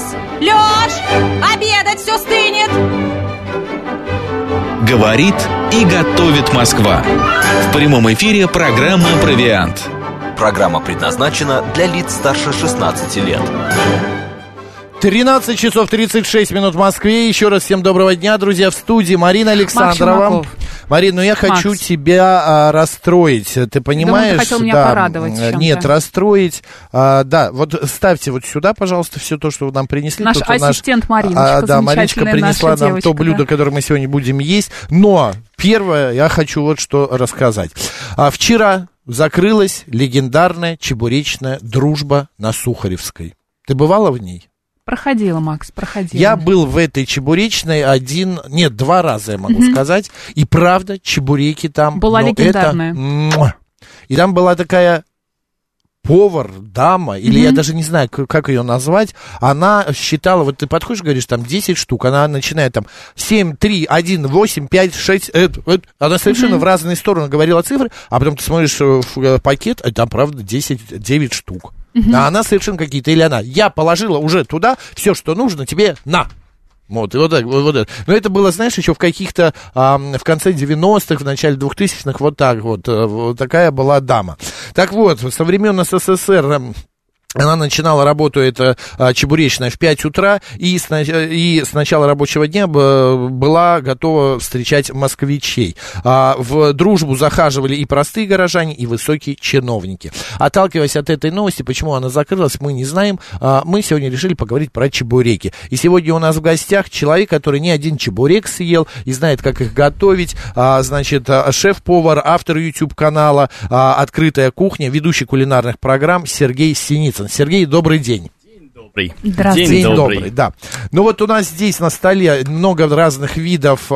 Лёш, обедать все стынет. Говорит и готовит Москва. В прямом эфире программа «Провиант». Программа предназначена для лиц старше 16 лет. 13 часов 36 минут в Москве. Еще раз всем доброго дня, друзья. В студии Марина Александрова. Марин, ну я хочу тебя расстроить. Ты понимаешь? Думаю, ты хотел меня порадовать чем-то. Нет, расстроить. Да, вот ставьте вот сюда, пожалуйста, все то, что вы нам принесли. Наш ассистент Мариночка. Да, Мариночка принесла нам девочка, то блюдо, которое мы сегодня будем есть. Но первое, я хочу вот что рассказать. Вчера закрылась легендарная чебуречная «Дружба» на Сухаревской. Ты бывала в ней? Проходила, Макс, проходила. Я был в этой чебуречной два раза, я могу сказать. И правда, чебуреки там... Была легендарная. И там была такая повар, дама, или я даже не знаю, как ее назвать. Она считала, вот ты подходишь, говоришь, там 10 штук, она начинает там 7, 3, 1, 8, 5, 6... Она совершенно в разные стороны говорила цифры, а потом ты смотришь в пакет, а там, правда, 9 штук. А она совершенно какие-то, или она, я положила уже туда все, что нужно, тебе на. Вот, и вот так, вот это. Но это было, знаешь, еще в каких-то, в конце 90-х, в начале 2000-х, вот так вот такая была дама. Так вот, со времен СССР... Она начинала работу, это чебуречная, в 5 утра, и с начала рабочего дня была готова встречать москвичей. В «Дружбу» захаживали и простые горожане, и высокие чиновники. Отталкиваясь от этой новости, почему она закрылась, мы не знаем. Мы сегодня решили поговорить про чебуреки. И сегодня у нас в гостях человек, который не один чебурек съел и знает, как их готовить. Значит, шеф-повар, автор YouTube-канала «Открытая кухня», ведущий кулинарных программ Сергей Синицын. Сергей, добрый день. День добрый. Здравствуйте. День добрый, да. Ну вот у нас здесь на столе много разных видов...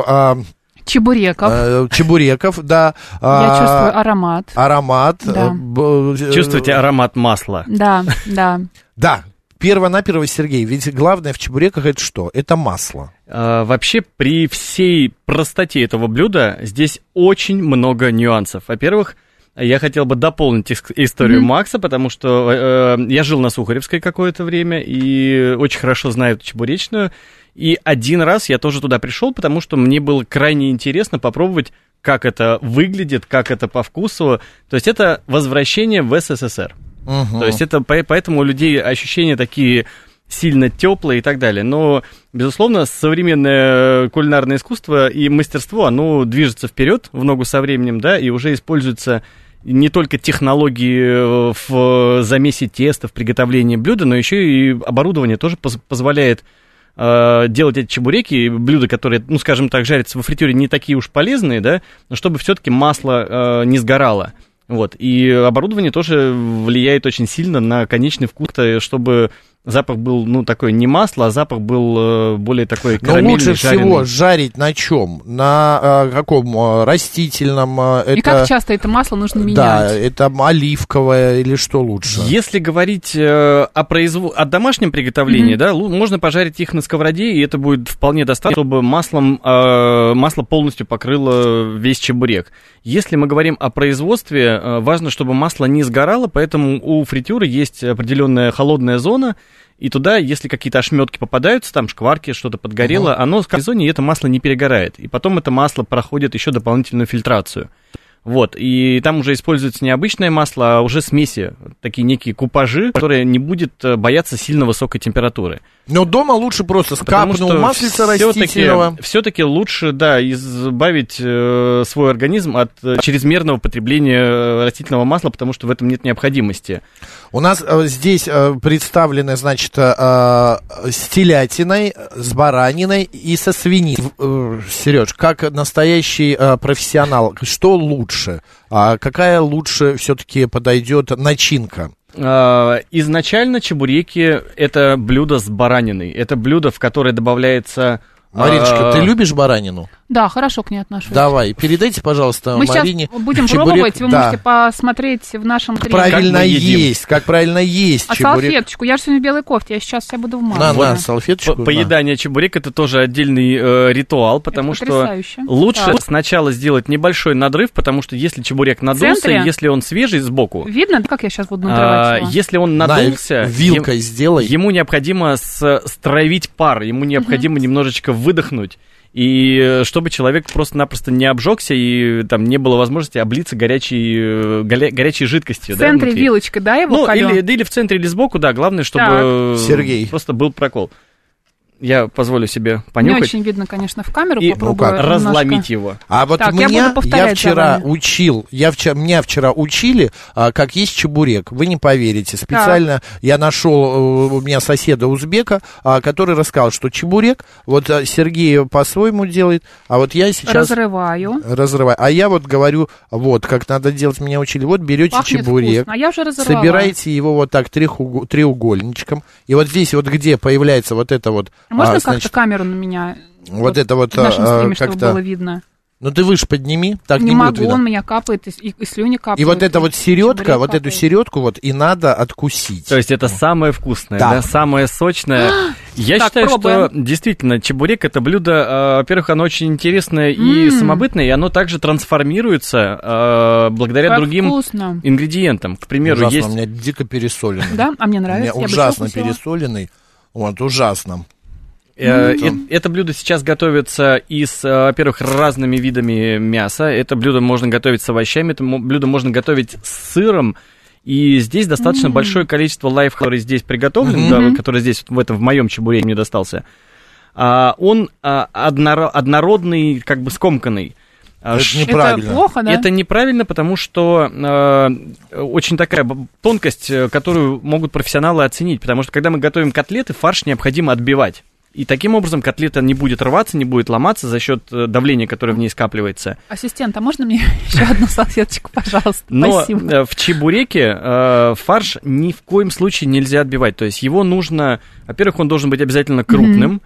Чебуреков, да. Я чувствую аромат. Да. Чувствуете аромат масла? Да, да. Да. Перво-наперво, Сергей, ведь главное в чебуреках это что? Это масло. Вообще, при всей простоте этого блюда здесь очень много нюансов. Во-первых, я хотел бы дополнить историю Макса, потому что я жил на Сухаревской какое-то время и очень хорошо знаю эту чебуречную. И один раз я тоже туда пришел, потому что мне было крайне интересно попробовать, как это выглядит, как это по вкусу. То есть это возвращение в СССР. То есть это поэтому у людей ощущения такие сильно теплые и так далее. Но, безусловно, современное кулинарное искусство и мастерство, оно движется вперед в ногу со временем, да, и уже используется не только технологии в замесе теста, в приготовлении блюда, но еще и оборудование тоже позволяет делать эти чебуреки, блюда, которые, ну, скажем так, жарятся во фритюре, не такие уж полезные, да, но чтобы все-таки масло не сгорало. Вот, и оборудование тоже влияет очень сильно на конечный вкус, чтобы запах был, ну, такой не масло, а запах был более такой карамельный, но лучше жареный. всего жарить на чем? На каком? Растительном? И как часто это масло нужно менять? Да, это оливковое или что лучше? Если говорить о домашнем приготовлении, да, можно пожарить их на сковороде, и это будет вполне достаточно, чтобы масло полностью покрыло весь чебурек. Если мы говорим о производстве, важно, чтобы масло не сгорало, поэтому у фритюры есть определенная холодная зона, и туда, если какие-то ошметки попадаются, там шкварки, что-то подгорело, оно в зоне, и это масло не перегорает. И потом это масло проходит еще дополнительную фильтрацию. Вот, и там уже используется не обычное масло, а уже смеси, такие некие купажи, которые не будет бояться сильно высокой температуры. Но дома лучше просто скапнул маслица растительного. Все-таки лучше, да, избавить свой организм от чрезмерного потребления растительного масла, потому что в этом нет необходимости. У нас здесь представлены, значит, с телятиной, с бараниной и со свининой. Сереж, как настоящий профессионал, что лучше? Какая лучше все-таки подойдет начинка? Изначально чебуреки – это блюдо с бараниной. Это блюдо, в которое добавляется... Мариночка, ты любишь баранину? Да, хорошо к ней отношусь. Давай, передайте, пожалуйста, мы Марине. Мы сейчас будем чебурек, пробовать, вы да. можете посмотреть в нашем Как стриме. правильно есть А чебурек. салфеточку? Я же сегодня в белой кофте, я сейчас себя буду На, вмазывать. салфеточку. на. Поедание чебурек — это тоже отдельный ритуал, потому Это что потрясающе. лучше Так. сначала сделать небольшой надрыв, потому что если чебурек надулся, центре? если он свежий сбоку, Видно, как я сейчас буду надрывать его? если он На, надулся, вилкой сделай. ему необходимо стравить пар, ему необходимо немножечко выдохнуть. И чтобы человек просто-напросто не обжегся и там не было возможности облиться горячей жидкостью. В центре внутри. вилочкой, да, его Ну, колю? или в центре, или сбоку, да. Главное, чтобы Сергей. просто был прокол. Я позволю себе Не понюхать очень видно, конечно, в камеру, и попробую немножко. разломить его. А вот Так, я меня, буду повторять за вчера вами. учил, меня вчера учили, как есть чебурек. Вы не поверите. Специально я нашел у меня соседа узбека, который рассказал, что чебурек, вот Сергей по-своему делает, а вот я сейчас Разрываю. разрываю. А я вот говорю, вот, как надо делать, меня учили. Вот берете Пахнет чебурек, вкусно. А я уже разорвала. собираете его вот так треугольничком, и вот здесь вот, где появляется вот это вот... Можно значит, как-то камеру на меня? вот это вот в нашем стриме, чтобы как-то... было видно. Ну ты выше подними, так Не не будет могу, видно. он у меня капает, и слюни капают. И вот эта вот середка, чебурек вот эту капает. середку вот и надо откусить. То есть это самое вкусное, Да. да, самое сочное. Я Так, считаю, пробуем. что действительно чебурек — это блюдо, во-первых, оно очень интересное и самобытное, и оно также трансформируется благодаря Как другим вкусно. ингредиентам. К примеру, Ужасно, есть... у меня дико пересоленный. Да? А мне У нравится. меня я бы ужасно еще вкусила. пересоленный. Вот, ужасно. Это блюдо сейчас готовится и с, во-первых, разными видами мяса. Это блюдо можно готовить с овощами, это блюдо можно готовить с сыром. И здесь достаточно большое количество лайфхаков, который здесь приготовлен, да, который здесь в моем чебуреке мне достался. Он однородный, как бы скомканный. Это неправильно. Это плохо, да? Это неправильно, потому что очень такая тонкость, которую могут профессионалы оценить. Потому что когда мы готовим котлеты, фарш необходимо отбивать. И таким образом котлета не будет рваться, не будет ломаться за счет давления, которое в ней скапливается. Ассистент, а можно мне еще одну салфеточку, пожалуйста? Но Спасибо. в чебуреке фарш ни в коем случае нельзя отбивать. То есть его нужно... Во-первых, он должен быть обязательно крупным.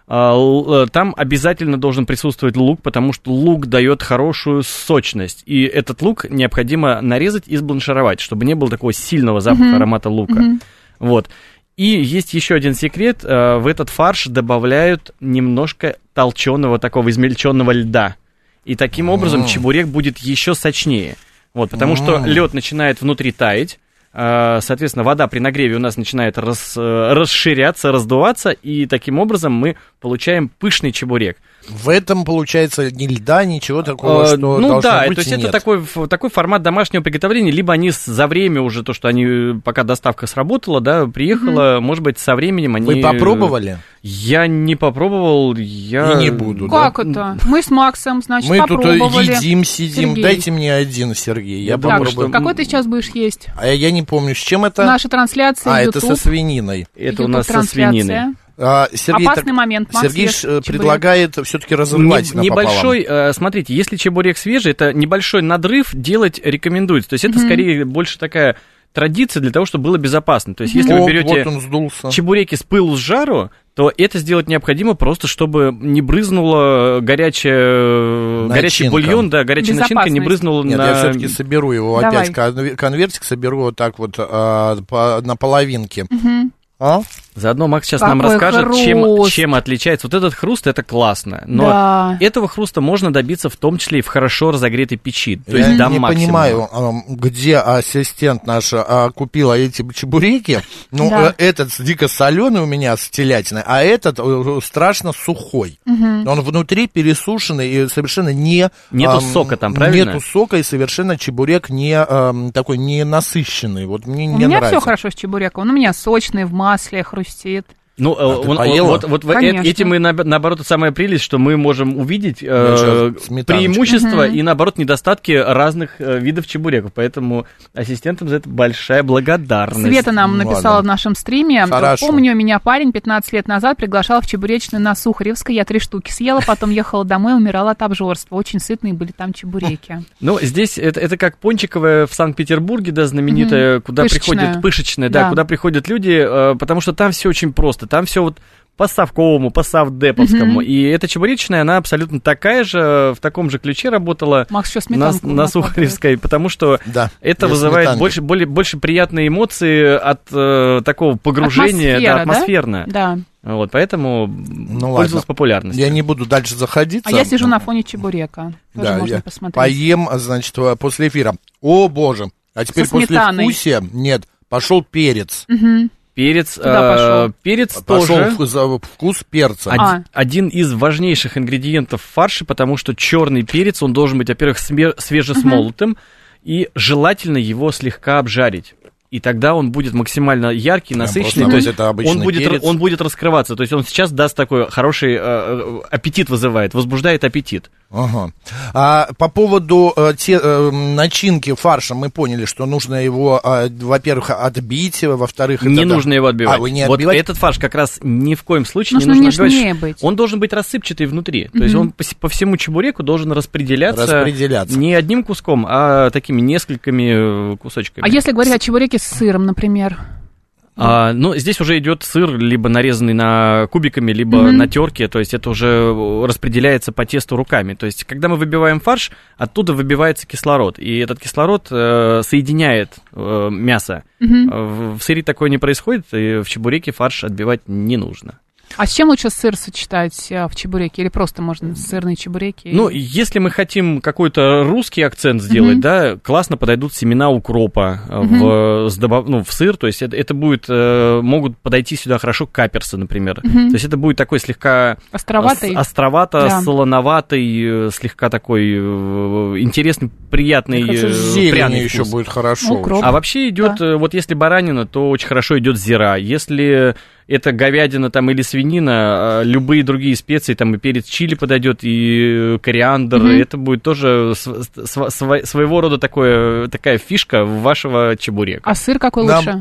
Там обязательно должен присутствовать лук, потому что лук дает хорошую сочность. И этот лук необходимо нарезать и сбланшировать, чтобы не было такого сильного запаха аромата лука. Вот. И есть еще один секрет. В этот фарш добавляют немножко толченого, такого измельченного льда. И таким образом чебурек будет еще сочнее. Вот, потому что лед начинает внутри таять. Соответственно, вода при нагреве у нас начинает расширяться, раздуваться, и таким образом мы получаем пышный чебурек. В этом, получается, ни льда, ничего такого, что Ну должно да, быть, то есть нет. это такой формат домашнего приготовления, либо они за время уже, то, что они, пока доставка сработала, да, приехала, может быть, со временем они... Вы попробовали? Я не попробовал, я... И не буду, да? Как это? Мы с Максом, значит, Мы тут попробовали. едим, сидим. Сергей. Дайте мне один, Сергей, я думаю, Так, попробую. какой ты сейчас будешь есть? А я не помню, с чем это? Наша трансляция, это со YouTube. свининой. Это у нас со YouTube-трансляция. свининой. Сергей, Опасный момент, Макс, Сергей ешь чебурек. предлагает все-таки разрывать Небольшой, смотрите, если чебурек свежий, это небольшой надрыв делать рекомендуется. То есть это скорее больше такая традиция для того, чтобы было безопасно. То есть если вы берете вот он сдулся. чебуреки с пылу с жару, то это сделать необходимо просто, чтобы не брызнула горячий бульон, да, горячая начинка не брызнула Нет, на... я все-таки соберу его Давай. опять, конвертик соберу вот так вот на половинке. А? Заодно Макс сейчас Какой нам расскажет, хруст. чем отличается. Вот этот хруст, это классно. Но Да. этого хруста можно добиться в том числе и в хорошо разогретой печи. То Я есть до не максимума. понимаю, где ассистент наша купила эти чебуреки. Ну, Да. этот дико соленый у меня с телятиной, а этот страшно сухой. Он внутри пересушенный и совершенно не... Нету сока там, правильно? Нету сока, и совершенно чебурек не такой не насыщенный. Вот мне У не меня нравится. все хорошо с чебуреком. Он у меня сочный, в масле хрустит. Ну, ты поела? вот Конечно. этим и наоборот самая прелесть, что мы можем увидеть сейчас сметаночку. преимущества и наоборот недостатки разных видов чебуреков. Поэтому ассистентам за это большая благодарность. Света нам Ну, написала ладно. в нашем стриме. Хорошо. Помню, меня парень 15 лет назад приглашал в чебуречную на Сухаревской. Я 3 штуки съела, потом ехала домой, умирала от обжорства. Очень сытные были там чебуреки. Ну, здесь это как Пончиковая в Санкт-Петербурге, да, знаменитая, куда Пышечная. приходят пышечная, да, Да. куда приходят люди, потому что там все очень просто. Там все вот по совковому, по совдеповскому. И эта чебуречная, она абсолютно такая же, в таком же ключе работала Макс еще сметанку на Сухаревской, потому что это вызывает больше приятные эмоции от такого погружения, атмосферно. Да. Вот, поэтому пользовалась популярностью. Я не буду дальше заходиться. А я сижу на фоне чебурека. Тоже Да, можно я посмотреть. поем, значит, после эфира. О, боже. А теперь Со после сметаной. вкусия, нет, пошел перец. Перец, Куда перец Пошел тоже вкус перца. один из важнейших ингредиентов в фарше, потому что черный перец, он должен быть, во-первых, свежесмолотым, и желательно его слегка обжарить. И тогда он будет максимально яркий, насыщенный, то есть он будет раскрываться. То есть он сейчас даст такой хороший аппетит вызывает, возбуждает аппетит. Ага. А по поводу начинки фарша мы поняли, что нужно его, во-первых, отбить, во-вторых... Не нужно его отбивать. Вы не вот отбивать? этот фарш как раз ни в коем случае Нужно не нужно нежнее отбивать. быть. Он должен быть рассыпчатый внутри. То есть он по всему чебуреку должен распределяться не одним куском, а такими несколькими кусочками. А если говорить о чебуреке с сыром, например? Здесь уже идет сыр, либо нарезанный на кубиками, либо на терке, то есть это уже распределяется по тесту руками. То есть, когда мы выбиваем фарш, оттуда выбивается кислород, и этот кислород соединяет мясо. В сыре такое не происходит, и в чебуреке фарш отбивать не нужно. А с чем лучше сыр сочетать в чебуреке? Или просто можно сырные чебуреки? Если мы хотим какой-то русский акцент сделать, да, классно подойдут семена укропа в сыр. То есть это будет, могут подойти сюда хорошо каперсы, например. То есть это будет такой слегка солоноватый, слегка такой интересный, приятный пряный еще вкус. будет хорошо. Укроп. А вообще идет, вот если баранина, то очень хорошо идет зира. Если это говядина там или свинина, любые другие специи, там и перец чили подойдет, и кориандр, это будет тоже своего рода такая фишка вашего чебурека. А сыр какой лучше?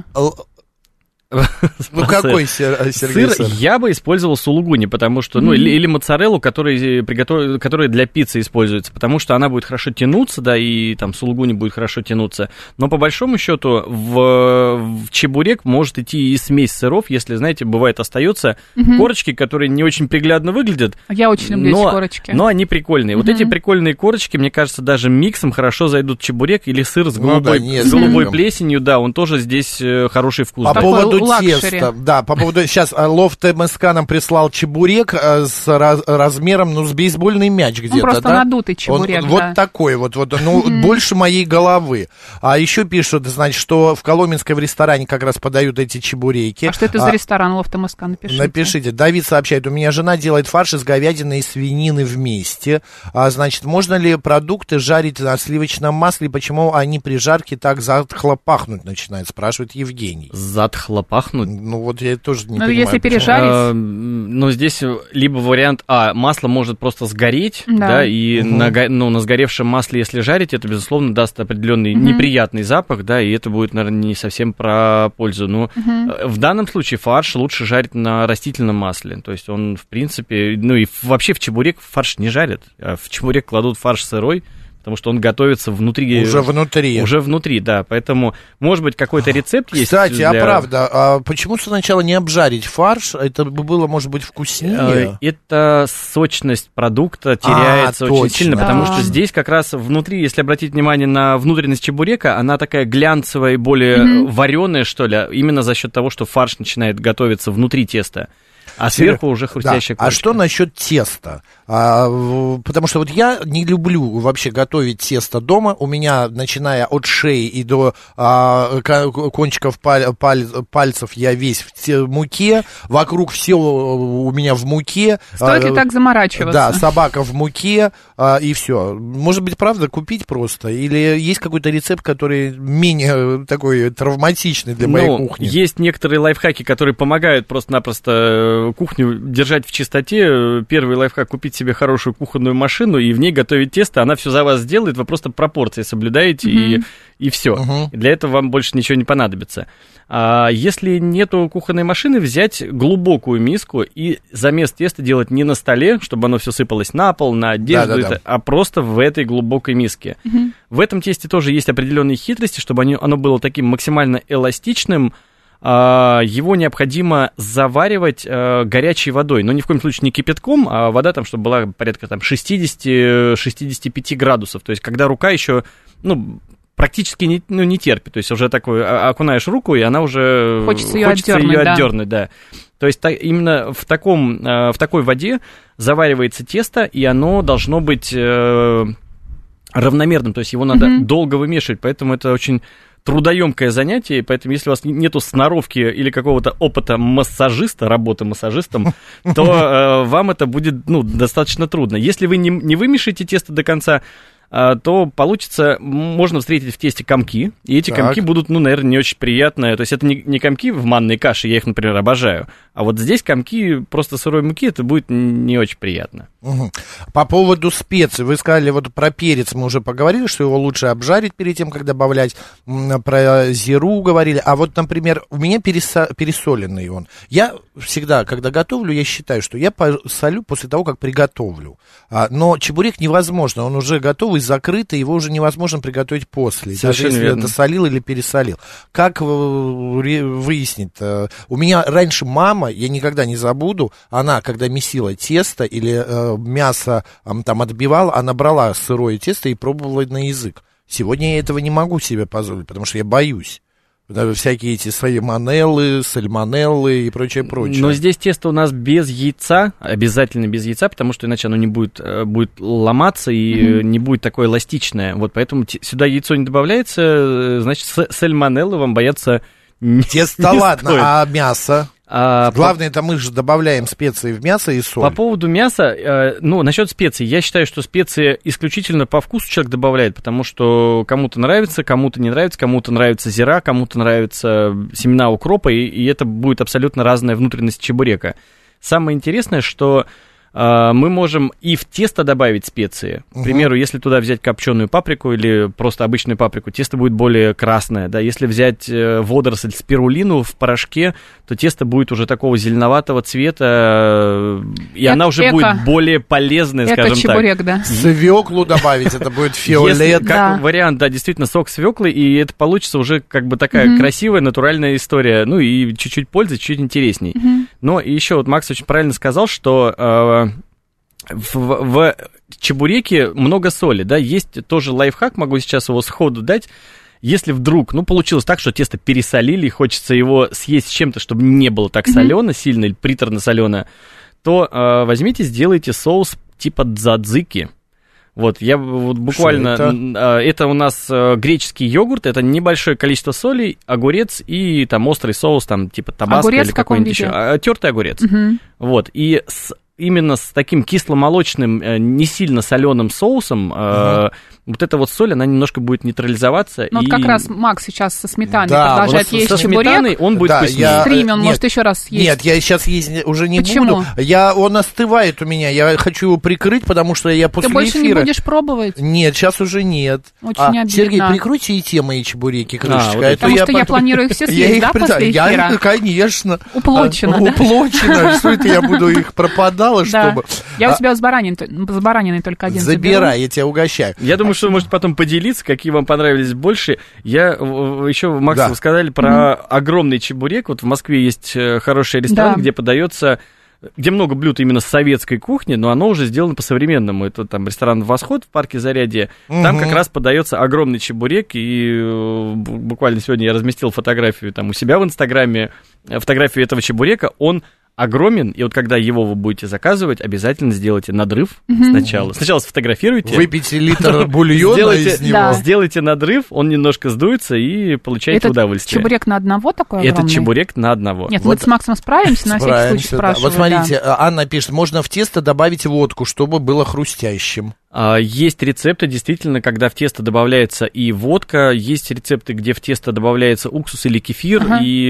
Какой, Сергей, сыр? Я бы использовал сулугуни, потому что, или моцареллу, которая для пиццы используется, потому что она будет хорошо тянуться, да, и там сулугуни будет хорошо тянуться. Но по большому счету в чебурек может идти и смесь сыров, если, знаете, бывает остается корочки, которые не очень приглядно выглядят. Я очень люблю эти корочки. Но они прикольные. Вот эти прикольные корочки, мне кажется, даже миксом хорошо зайдут в чебурек, или сыр с голубой плесенью, да, он тоже здесь хороший вкус. По поводу теста, да, по поводу... Сейчас Лофт МСК нам прислал чебурек с размером, с бейсбольный мяч где-то, просто надутый чебурек, Вот такой вот, больше моей головы. А еще пишут, значит, что в Коломенской в ресторане как раз подают эти чебуреки. А что это за ресторан Лофт МСК? Напишите. Давид сообщает, у меня жена делает фарш из говядины и свинины вместе. Значит, можно ли продукты жарить на сливочном масле, почему они при жарке так затхло пахнуть начинают, спрашивает Евгений. Затхло пахнуть? Я тоже не понимаю. Если пережарить? Здесь либо вариант масло может просто сгореть, да, и на сгоревшем масле, если жарить, это, безусловно, даст определенный неприятный запах, да, и это будет, наверное, не совсем про пользу. Но в данном случае фарш лучше жарить на растительном масле, то есть он, в принципе, и вообще в чебурек фарш не жарят, а в чебурек кладут фарш сырой, потому что он готовится внутри. Уже внутри, да. Поэтому, может быть, какой-то рецепт есть. Кстати, правда, почему сначала не обжарить фарш? Это было, может быть, вкуснее? Это сочность продукта теряется очень сильно, потому что здесь как раз внутри, если обратить внимание на внутренность чебурека, она такая глянцевая и более вареная, что ли, именно за счет того, что фарш начинает готовиться внутри теста. А сверху уже хрустящая корочка. А что насчет теста? Потому что я не люблю вообще готовить тесто дома. У меня, начиная от шеи и до кончиков пальцев, я весь в муке. Вокруг все у меня в муке. Стоит ли так заморачиваться? Да, собака в муке, и все. Может быть, правда, купить просто? Или есть какой-то рецепт, который менее такой травматичный для моей кухни? Есть некоторые лайфхаки, которые помогают просто-напросто кухню держать в чистоте. Первый лайфхак — купить себе хорошую кухонную машину и в ней готовить тесто. Она все за вас сделает, вы просто пропорции соблюдаете, и все. Для этого вам больше ничего не понадобится. А если нету кухонной машины, взять глубокую миску и замес теста делать не на столе, чтобы оно все сыпалось на пол, на одежду, а просто в этой глубокой миске. В этом тесте тоже есть определенные хитрости, чтобы оно было таким максимально эластичным, его необходимо заваривать горячей водой, но ни в коем случае не кипятком, а вода там, чтобы была порядка там 60-65 градусов, то есть когда рука еще, практически не терпит, то есть уже такой окунаешь руку, и она уже хочется ее отдернуть, да. То есть именно в такой воде заваривается тесто, и оно должно быть равномерным, то есть его надо долго вымешивать, поэтому это очень трудоемкое занятие, поэтому если у вас нету сноровки или какого-то опыта массажиста, работы массажистом, то вам это будет достаточно трудно. Если вы не вымешаете тесто до конца, то получится, можно встретить в тесте комки, и эти комки будут, наверное, не очень приятные. То есть это не комки в манной каше, я их, например, обожаю, а вот здесь комки просто сырой муки, это будет не очень приятно. Угу. По поводу специй, вы сказали, вот про перец мы уже поговорили, что его лучше обжарить перед тем, как добавлять, про зиру говорили, а вот, например, у меня пересоленный он. Я всегда, когда готовлю, я считаю, что я посолю после того, как приготовлю, но чебурек невозможно, он уже готовый, закрытый, его уже невозможно приготовить после, совершенно даже если верно. досолил или пересолил. Как выяснить-то? У меня раньше мама, я никогда не забуду, она, когда месила тесто или мясо там отбивала, она брала сырое тесто и пробовала на язык. Сегодня я этого не могу себе позволить, потому что я боюсь. Всякие эти сальмонеллы и прочее. Но здесь тесто у нас без яйца, обязательно без яйца, потому что иначе оно не будет ломаться и не будет такое эластичное. Вот поэтому сюда яйцо не добавляется, значит, сальмонеллы вам бояться не тесто не ладно, стоит. а мясо? Главное, это мы же добавляем специи в мясо и соль. По поводу мяса, насчет специй, я считаю, что специи исключительно по вкусу человек добавляет, потому что кому-то нравится, кому-то не нравится, кому-то нравится зира, кому-то нравятся семена укропа, и это будет абсолютно разная внутренность чебурека. Самое интересное, что мы можем и в тесто добавить специи. К примеру, если туда взять копченую паприку или просто обычную паприку, тесто будет более красное. Да? Если взять водоросль спирулину в порошке, то тесто будет уже такого зеленоватого цвета, и она уже будет более полезная, скажем чебурек, так. Да. Свеклу добавить, это будет фиолет. Как вариант, да, действительно, сок свеклы, и это получится уже как бы такая красивая, натуральная история. Ну и чуть-чуть пользы, чуть интересней. Но еще вот Макс очень правильно сказал, что в чебуреке много соли, да, есть тоже лайфхак, могу сейчас его сходу дать. Если вдруг, получилось так, что тесто пересолили, и хочется его съесть с чем-то, чтобы не было так солено сильно или приторно-солено, то возьмите, сделайте соус типа дзадзики. Вот, я вот буквально... Это у нас греческий йогурт, это небольшое количество соли, огурец и там острый соус, там типа табаско или какой-нибудь еще. Тертый огурец. Вот, и именно с таким кисломолочным, не сильно соленым соусом, вот эта вот соль, она немножко будет нейтрализоваться. Вот как раз Макс сейчас со сметаной продолжает есть со чебурек. Сметаной он будет вкуснее. В стриме он может еще раз есть. Нет, я сейчас есть уже не Почему? буду. Он остывает у меня, я хочу его прикрыть, потому что я после эфира... Ты больше не будешь пробовать? Нет, сейчас уже нет. Очень обидно. Sергей, прикройте и те мои чебуреки крышечкой. Вот потому что я планирую их все съесть, да, после эфира? Конечно. Уплочено, да? Уплочено. Что это я буду их пропадала, чтобы... Я у тебя с бараниной только один забирай, я тебя угощаю. Я думаю, что вы можете потом поделиться, какие вам понравились больше. Я еще, Макс, вы сказали про огромный чебурек. Вот в Москве есть хороший ресторан, где подается, где много блюд именно с советской кухни, но оно уже сделано по-современному. Это там ресторан «Восход» в парке Зарядье. Там как раз подается огромный чебурек, и буквально сегодня я разместил фотографию там у себя в Инстаграме, фотографию этого чебурека. Он огромен, и вот когда его вы будете заказывать, обязательно сделайте надрыв сначала. Сначала сфотографируйте. Выпейте литр бульона из него. Сделайте надрыв, он немножко сдуется, и получаете удовольствие. Чебурек на одного такой огромный? Это чебурек на одного. Нет, мы с Максом справимся, на всякий случай спрашиваю. Вот смотрите, Анна пишет, можно в тесто добавить водку, чтобы было хрустящим. Есть рецепты, действительно, когда в тесто добавляется и водка, есть рецепты, где в тесто добавляется уксус или кефир, и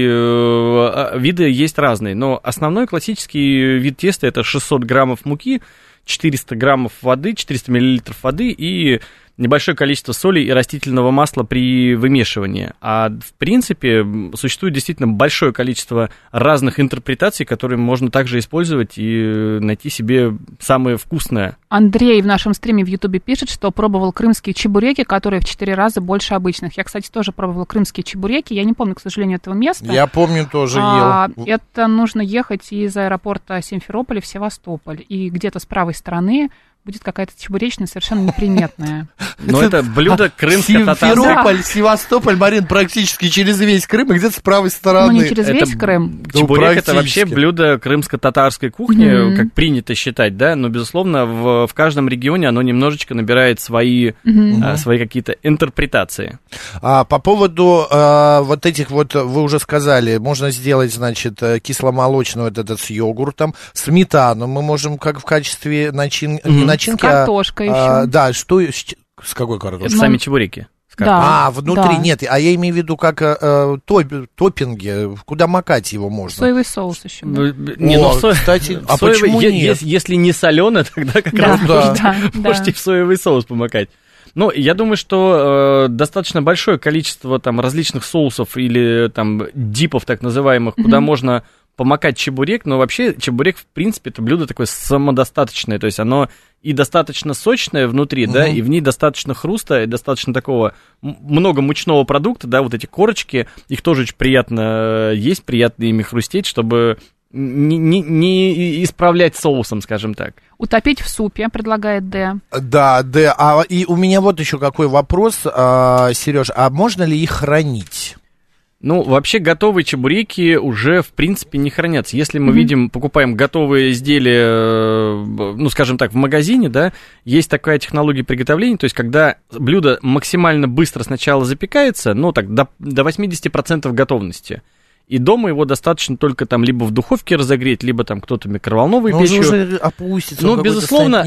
виды есть разные. Но основной классический вид теста — это 600 граммов муки, 400 граммов воды, 400 миллилитров воды и небольшое количество соли и растительного масла при вымешивании. А в принципе существует действительно большое количество разных интерпретаций, которые можно также использовать и найти себе самое вкусное. Андрей в нашем стриме в Ютубе пишет, что пробовал крымские чебуреки, которые в 4 раза больше обычных. Я, кстати, тоже пробовала крымские чебуреки. Я не помню, к сожалению, этого места. Я помню, тоже ел. Это нужно ехать из аэропорта Симферополя в Севастополь. И где-то с правой стороны будет какая-то чебуречная совершенно неприметная. Но это блюдо крымско-татарское. Симферополь, Севастополь, Марин, практически через весь Крым, и где-то с правой стороны. Ну, не через весь Крым. Чебурек — это вообще блюдо крымско-татарской кухни, как принято считать, да, но, безусловно, в каждом регионе оно немножечко набирает свои какие-то интерпретации. По поводу вот этих вот, вы уже сказали, можно сделать, значит, кисломолочный вот этот с йогуртом, сметану мы можем как в качестве начинки. С картошкой еще. Да, что... С какой картошкой? Это сами чебуреки. Да, внутри, нет, а я имею в виду как топпинги, куда макать его можно. Соевый соус еще. Кстати, а почему нет? Если не соленый, тогда как раз можете в соевый соус помакать. Ну, я думаю, что достаточно большое количество там различных соусов или там дипов так называемых, куда можно помакать чебурек, но вообще чебурек, в принципе, это блюдо такое самодостаточное, то есть оно и достаточно сочное внутри, да, и в ней достаточно хруста, и достаточно такого много мучного продукта, да, вот эти корочки, их тоже очень приятно есть, приятно ими хрустеть, чтобы не исправлять соусом, скажем так. Утопить в супе, предлагает Д. Да, Д. И у меня вот еще какой вопрос, Сереж, а можно ли их хранить? Ну, вообще готовые чебуреки уже, в принципе, не хранятся. Если мы покупаем готовые изделия, ну, скажем так, в магазине, да, есть такая технология приготовления, то есть когда блюдо максимально быстро сначала запекается, ну, так, до 80% готовности. И дома его достаточно только там либо в духовке разогреть, либо там кто-то микроволновой печью. Он уже опустится. Ну, безусловно,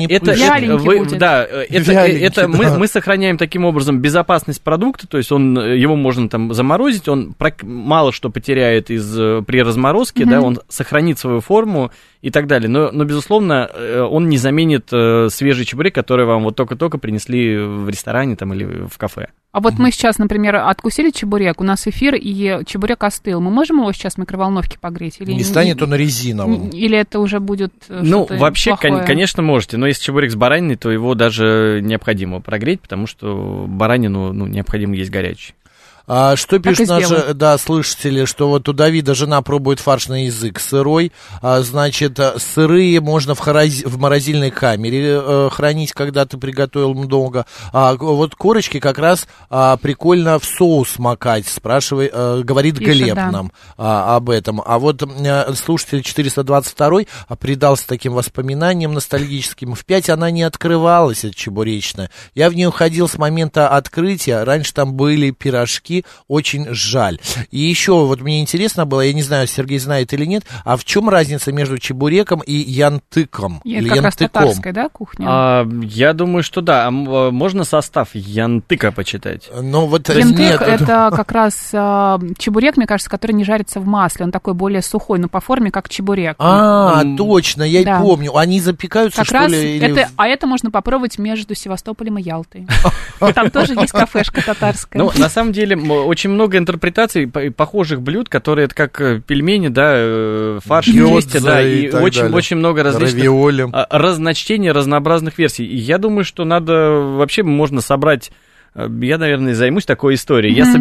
это мы сохраняем таким образом безопасность продукта, то есть его можно там заморозить, он мало что потеряет при разморозке, да, он сохранит свою форму и так далее. Но, безусловно, он не заменит свежий чебурек, который вам вот только-только принесли в ресторане там или в кафе. А вот мы сейчас, например, откусили чебурек, у нас эфир, и чебурек остыл. Мы можем его сейчас в микроволновке погреть? Или не станет он резиновым? Или это уже будет что-то вообще, конечно, можете. Но если чебурек с бараниной, то его даже необходимо прогреть, потому что баранину необходимо есть горячий. Что пишут наши слушатели, что вот у Давида жена пробует фарш на язык сырой, значит, сырые можно в морозильной камере хранить, когда ты приготовил много, вот корочки как раз прикольно в соус макать, говорит Глеб нам об этом. А вот слушатель 422 предался таким воспоминаниям ностальгическим. В 5 она не открывалась, эта чебуречная. Я в нее ходил с момента открытия, раньше там были пирожки, очень жаль. И еще вот мне интересно было, я не знаю, Сергей знает или нет, а в чем разница между чебуреком и янтыком? Это как раз татарская, да, кухня? Я думаю, что да. Можно состав янтыка почитать? Янтык — это как раз чебурек, мне кажется, который не жарится в масле. Он такой более сухой, но по форме как чебурек. Точно, я помню. Они запекаются, что ли? А это можно попробовать между Севастополем и Ялтой. Там тоже есть кафешка татарская. Ну, на самом деле, очень много интерпретаций похожих блюд, которые это как пельмени, да, фарш вместе, да, и очень много различных разночтений, разнообразных версий. И я думаю, что вообще можно собрать. Я, наверное, займусь такой историей. Я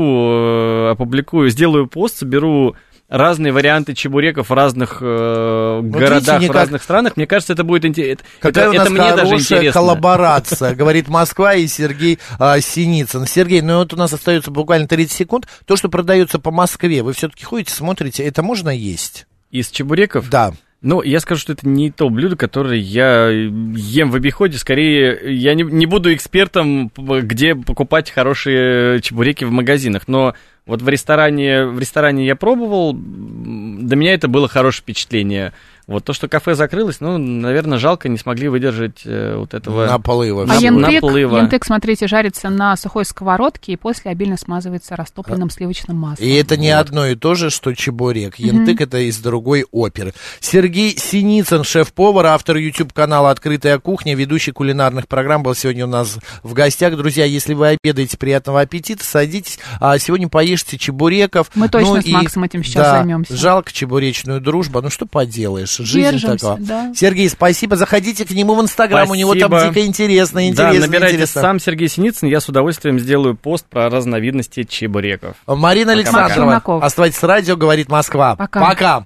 опубликую, сделаю пост, соберу разные варианты чебуреков в разных городах, в разных странах. Мне кажется, это будет интересно. Какая у нас хорошая коллаборация, говорит Москва и Сергей Синицын. Сергей, вот у нас остается буквально 30 секунд. То, что продается по Москве, вы все-таки ходите, смотрите, это можно есть? Из чебуреков? Да. Ну, я скажу, что это не то блюдо, которое я ем в обиходе. Скорее, я не буду экспертом, где покупать хорошие чебуреки в магазинах. Но вот в ресторане я пробовал, для меня это было хорошее впечатление. Вот то, что кафе закрылось, ну, наверное, жалко, не смогли выдержать вот этого... Наплыва. А наплыва. янтык, смотрите, жарится на сухой сковородке и после обильно смазывается растопленным сливочным маслом. И это не одно и то же, что чебурек. Янтык это из другой оперы. Сергей Синицын, шеф-повар, автор YouTube-канала «Открытая кухня», ведущий кулинарных программ, был сегодня у нас в гостях. Друзья, если вы обедаете, приятного аппетита, садитесь. А сегодня поешьте чебуреков. Мы точно с Максом этим сейчас займемся. Жалко чебуречную дружбу. Ну, что поделаешь, жизнь Держимся, такова. да. Сергей, спасибо. Заходите к нему в Инстаграм, у него там дико интересно. Да, набирайте сам Сергей Синицын, я с удовольствием сделаю пост про разновидности чебуреков. Марина Александрова, оставайтесь с радио, говорит Москва. Пока.